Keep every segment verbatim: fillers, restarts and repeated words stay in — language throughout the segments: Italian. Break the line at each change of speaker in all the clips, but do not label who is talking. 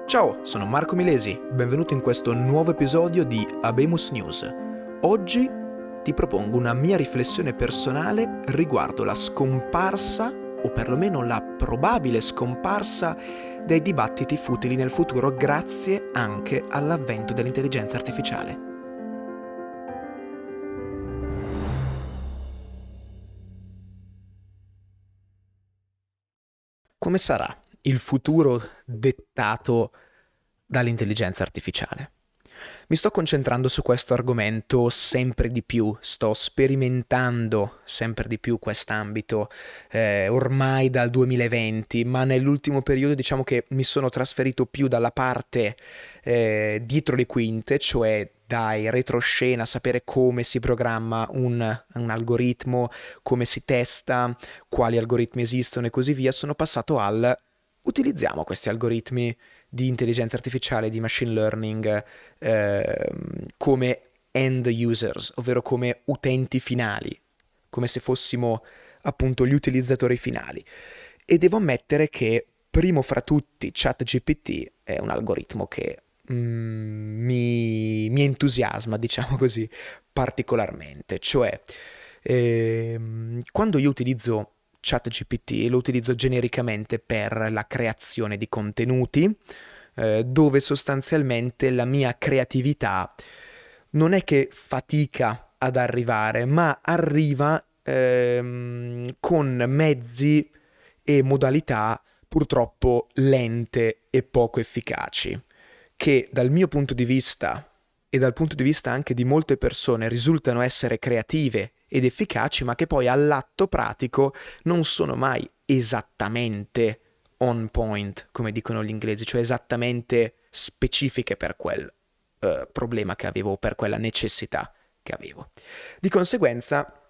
Ciao, sono Marco Milesi, benvenuto in questo nuovo episodio di Habemus News. Oggi ti propongo una mia riflessione personale riguardo la scomparsa, o perlomeno la probabile scomparsa, dei dibattiti futili nel futuro grazie anche all'avvento dell'intelligenza artificiale. Come sarà il futuro dettato dall'intelligenza artificiale? Mi sto concentrando su questo argomento sempre di più, sto sperimentando sempre di più quest'ambito eh, ormai dal duemilaventi, ma nell'ultimo periodo diciamo che mi sono trasferito più dalla parte eh, dietro le quinte, cioè dai retroscena, sapere come si programma un, un algoritmo, come si testa, quali algoritmi esistono e così via. Sono passato al utilizziamo questi algoritmi di intelligenza artificiale, di machine learning eh, come end users, ovvero come utenti finali, come se fossimo appunto gli utilizzatori finali. E devo ammettere che primo fra tutti ChatGPT è un algoritmo che mm, mi, mi entusiasma, diciamo così, particolarmente. Cioè, ehm, quando io utilizzo ChatGPT lo utilizzo genericamente per la creazione di contenuti, eh, dove sostanzialmente la mia creatività non è che fatica ad arrivare, ma arriva ehm, con mezzi e modalità purtroppo lente e poco efficaci, che dal mio punto di vista e dal punto di vista anche di molte persone risultano essere creative ed efficaci, ma che poi all'atto pratico non sono mai esattamente on point, come dicono gli inglesi, cioè esattamente specifiche per quel uh, problema che avevo, per quella necessità che avevo. Di conseguenza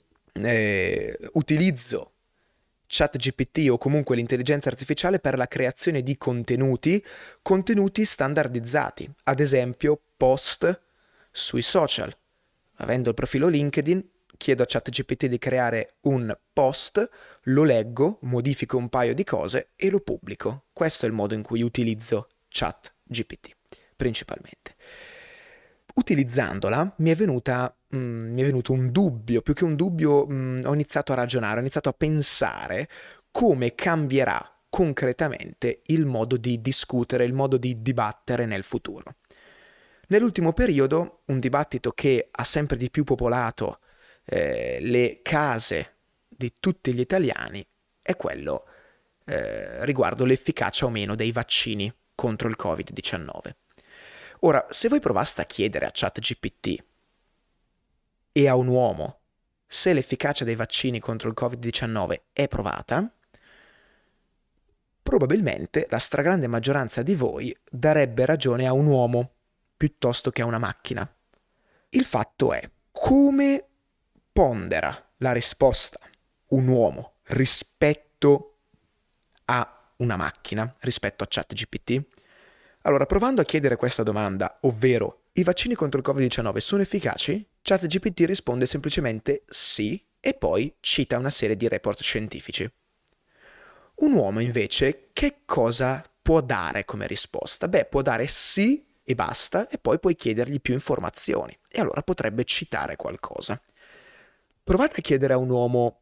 eh, utilizzo ChatGPT o comunque l'intelligenza artificiale per la creazione di contenuti, contenuti standardizzati, ad esempio post sui social. Avendo il profilo LinkedIn, chiedo a ChatGPT di creare un post, lo leggo, modifico un paio di cose e lo pubblico. Questo è il modo in cui utilizzo ChatGPT, principalmente. Utilizzandola mi è venuta mm, mi è venuto un dubbio, più che un dubbio mm, ho iniziato a ragionare, ho iniziato a pensare come cambierà concretamente il modo di discutere, il modo di dibattere nel futuro. Nell'ultimo periodo un dibattito che ha sempre di più popolato eh, le case di tutti gli italiani è quello eh, riguardo l'efficacia o meno dei vaccini contro il covid diciannove. Ora, se voi provaste a chiedere a ChatGPT e a un uomo se l'efficacia dei vaccini contro il covid diciannove è provata, probabilmente la stragrande maggioranza di voi darebbe ragione a un uomo piuttosto che a una macchina. Il fatto è, come pondera la risposta un uomo rispetto a una macchina, rispetto a ChatGPT? Allora, provando a chiedere questa domanda, ovvero i vaccini contro il covid diciannove sono efficaci? ChatGPT risponde semplicemente sì e poi cita una serie di report scientifici. Un uomo invece che cosa può dare come risposta? Beh, può dare sì e basta, e poi puoi chiedergli più informazioni, e allora potrebbe citare qualcosa. Provate a chiedere a un uomo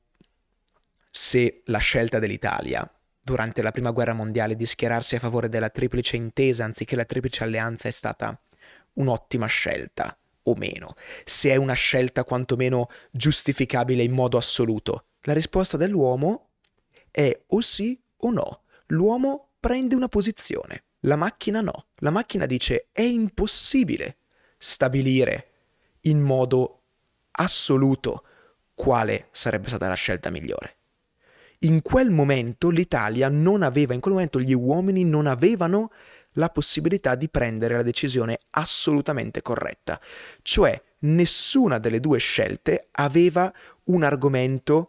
se la scelta dell'Italia durante la prima guerra mondiale di schierarsi a favore della triplice intesa anziché la triplice alleanza è stata un'ottima scelta o meno, se è una scelta quantomeno giustificabile in modo assoluto. La risposta dell'uomo è o sì o no. L'uomo prende una posizione. La macchina no. La macchina dice è impossibile stabilire in modo assoluto quale sarebbe stata la scelta migliore. In quel momento l'Italia non aveva, in quel momento gli uomini non avevano la possibilità di prendere la decisione assolutamente corretta. Cioè nessuna delle due scelte aveva un argomento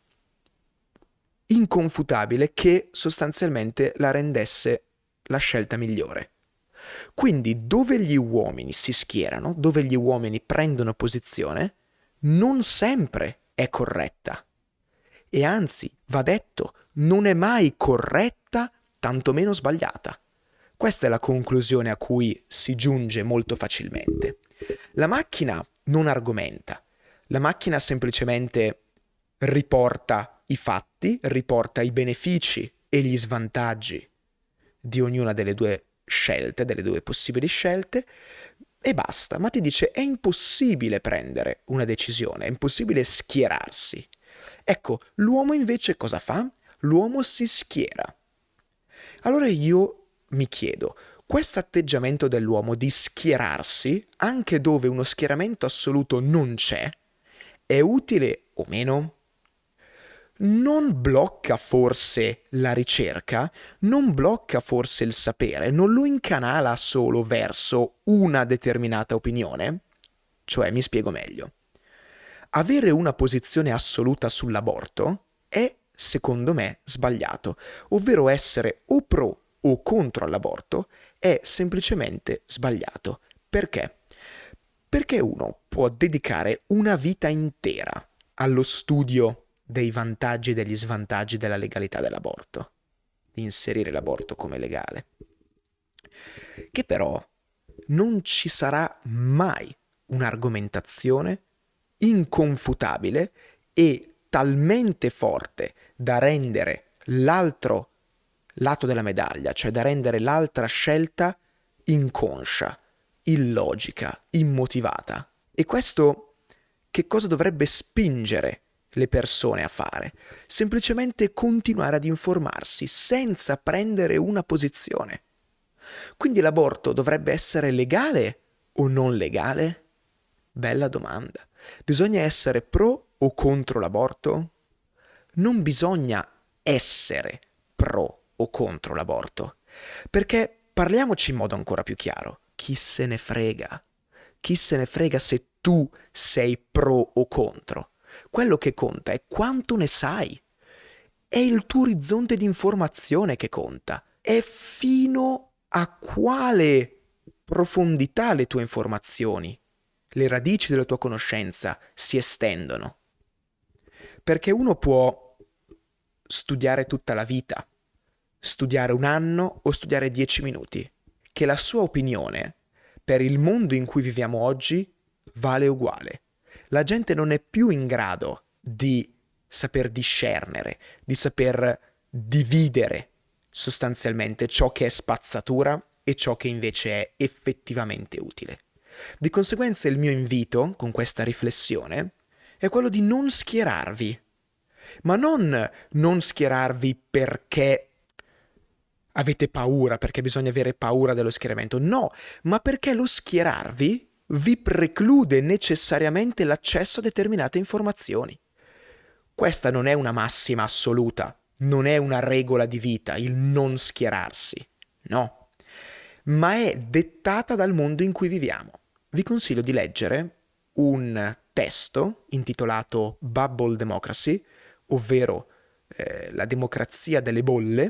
inconfutabile che sostanzialmente la rendesse la scelta migliore. Quindi dove gli uomini si schierano, dove gli uomini prendono posizione, non sempre è corretta. E anzi, va detto, non è mai corretta, tantomeno sbagliata. Questa è la conclusione a cui si giunge molto facilmente. La macchina non argomenta, la macchina semplicemente riporta i fatti, riporta i benefici e gli svantaggi di ognuna delle due scelte, delle due possibili scelte, e basta. Ma ti dice è impossibile prendere una decisione, è impossibile schierarsi. Ecco, l'uomo invece cosa fa? L'uomo si schiera. Allora io mi chiedo, questo atteggiamento dell'uomo di schierarsi, anche dove uno schieramento assoluto non c'è, è utile o meno? Non blocca forse la ricerca? Non blocca forse il sapere? Non lo incanala solo verso una determinata opinione? Cioè, mi spiego meglio. Avere una posizione assoluta sull'aborto è, secondo me, sbagliato, ovvero essere o pro o contro all'aborto è semplicemente sbagliato. Perché? Perché uno può dedicare una vita intera allo studio dei vantaggi e degli svantaggi della legalità dell'aborto, di inserire l'aborto come legale, che però non ci sarà mai un'argomentazione inconfutabile e talmente forte da rendere l'altro lato della medaglia, cioè da rendere l'altra scelta inconscia, illogica, immotivata. E questo che cosa dovrebbe spingere le persone a fare? Semplicemente continuare ad informarsi senza prendere una posizione. Quindi l'aborto dovrebbe essere legale o non legale? Bella domanda. Bisogna essere pro o contro l'aborto? Non bisogna essere pro o contro l'aborto, perché parliamoci in modo ancora più chiaro. Chi se ne frega? Chi se ne frega se tu sei pro o contro? Quello che conta è quanto ne sai. È il tuo orizzonte di informazione che conta. È fino a quale profondità le tue informazioni, le radici della tua conoscenza si estendono. Perché uno può studiare tutta la vita, studiare un anno o studiare dieci minuti, che la sua opinione per il mondo in cui viviamo oggi vale uguale. La gente non è più in grado di saper discernere, di saper dividere sostanzialmente ciò che è spazzatura e ciò che invece è effettivamente utile. Di conseguenza il mio invito con questa riflessione è quello di non schierarvi, ma non non schierarvi perché avete paura, perché bisogna avere paura dello schieramento, no, ma perché lo schierarvi vi preclude necessariamente l'accesso a determinate informazioni. Questa non è una massima assoluta, non è una regola di vita, il non schierarsi, no, ma è dettata dal mondo in cui viviamo. Vi consiglio di leggere un testo intitolato Bubble Democracy, ovvero eh, la democrazia delle bolle,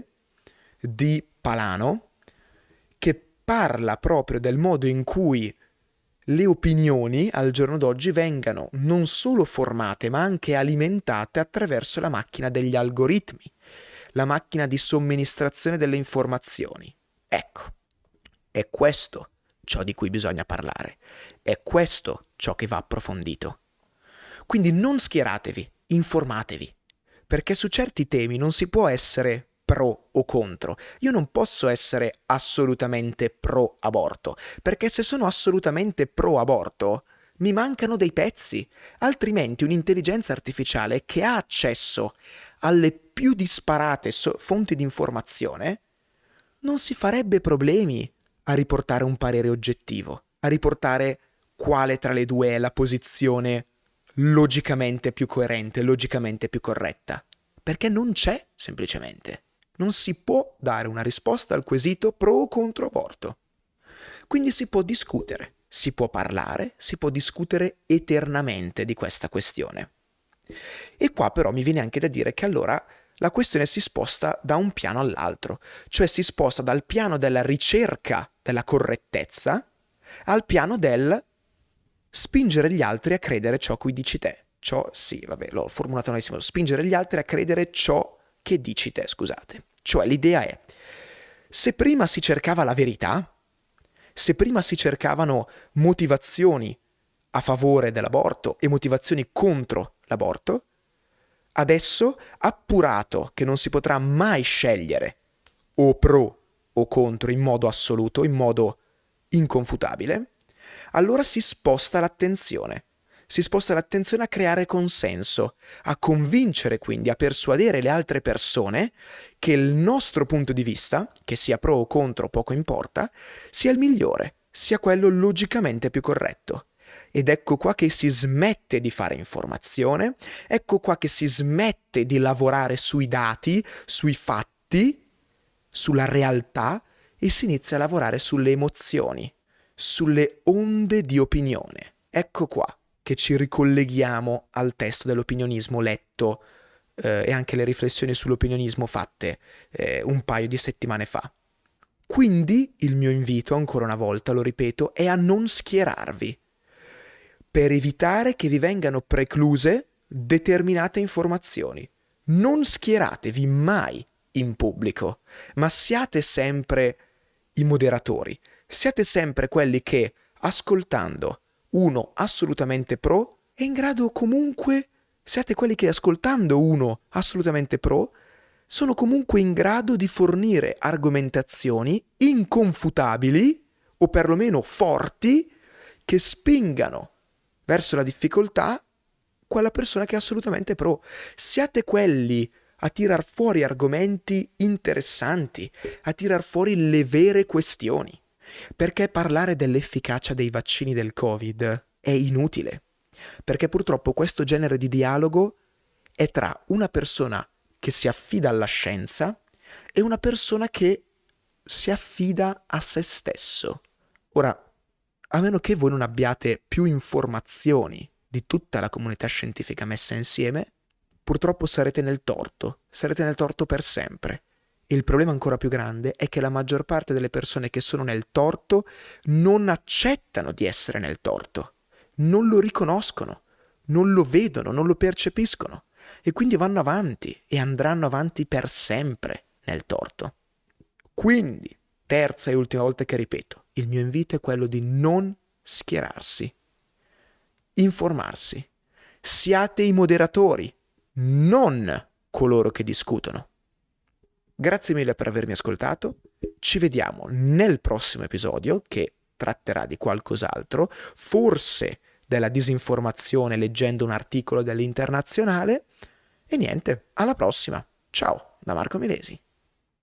di Palano, che parla proprio del modo in cui le opinioni al giorno d'oggi vengano non solo formate ma anche alimentate attraverso la macchina degli algoritmi, la macchina di somministrazione delle informazioni. Ecco, è questo ciò di cui bisogna parlare, è questo ciò che va approfondito. Quindi non schieratevi, informatevi, perché su certi temi non si può essere pro o contro. Io non posso essere assolutamente pro aborto, perché se sono assolutamente pro aborto mi mancano dei pezzi, altrimenti un'intelligenza artificiale che ha accesso alle più disparate so- fonti di informazione non si farebbe problemi a riportare un parere oggettivo, a riportare quale tra le due è la posizione logicamente più coerente, logicamente più corretta, perché non c'è semplicemente. Non si può dare una risposta al quesito pro o contro aborto. Quindi si può discutere, si può parlare, si può discutere eternamente di questa questione. E qua però mi viene anche da dire che allora la questione si sposta da un piano all'altro, cioè si sposta dal piano della ricerca della correttezza al piano del spingere gli altri a credere ciò cui dici te. Ciò, sì, vabbè, l'ho formulato malissimo, spingere gli altri a credere ciò che dici te, scusate. Cioè l'idea è, Se prima si cercava la verità, se prima si cercavano motivazioni a favore dell'aborto e motivazioni contro l'aborto, adesso, appurato che non si potrà mai scegliere o pro o contro in modo assoluto, in modo inconfutabile, allora si sposta l'attenzione. Si sposta l'attenzione a creare consenso, a convincere quindi, a persuadere le altre persone che il nostro punto di vista, che sia pro o contro, poco importa, sia il migliore, sia quello logicamente più corretto. Ed ecco qua che si smette di fare informazione, ecco qua che si smette di lavorare sui dati, sui fatti, sulla realtà, e si inizia a lavorare sulle emozioni, sulle onde di opinione. Ecco qua che ci ricolleghiamo al testo dell'opinionismo letto eh, e anche le riflessioni sull'opinionismo fatte eh, un paio di settimane fa. Quindi il mio invito, ancora una volta, lo ripeto, è a non schierarvi, per evitare che vi vengano precluse determinate informazioni. Non schieratevi mai in pubblico, ma siate sempre i moderatori, siate sempre quelli che, ascoltando uno assolutamente pro, è in grado comunque, siate quelli che ascoltando uno assolutamente pro, sono comunque in grado di fornire argomentazioni inconfutabili, o perlomeno forti, che spingano verso la difficoltà quella persona che è assolutamente pro. Siate quelli a tirar fuori argomenti interessanti, a tirar fuori le vere questioni. Perché parlare dell'efficacia dei vaccini del Covid è inutile. Perché purtroppo questo genere di dialogo è tra una persona che si affida alla scienza e una persona che si affida a se stesso. Ora, a meno che voi non abbiate più informazioni di tutta la comunità scientifica messa insieme, purtroppo sarete nel torto, sarete nel torto per sempre. E il problema ancora più grande è che la maggior parte delle persone che sono nel torto non accettano di essere nel torto, non lo riconoscono, non lo vedono, non lo percepiscono e quindi vanno avanti e andranno avanti per sempre nel torto. Quindi, terza e ultima volta che ripeto, il mio invito è quello di non schierarsi, informarsi, siate i moderatori, non coloro che discutono. Grazie mille per avermi ascoltato, ci vediamo nel prossimo episodio che tratterà di qualcos'altro, forse della disinformazione leggendo un articolo dell'Internazionale, e niente, alla prossima, ciao da Marco Milesi.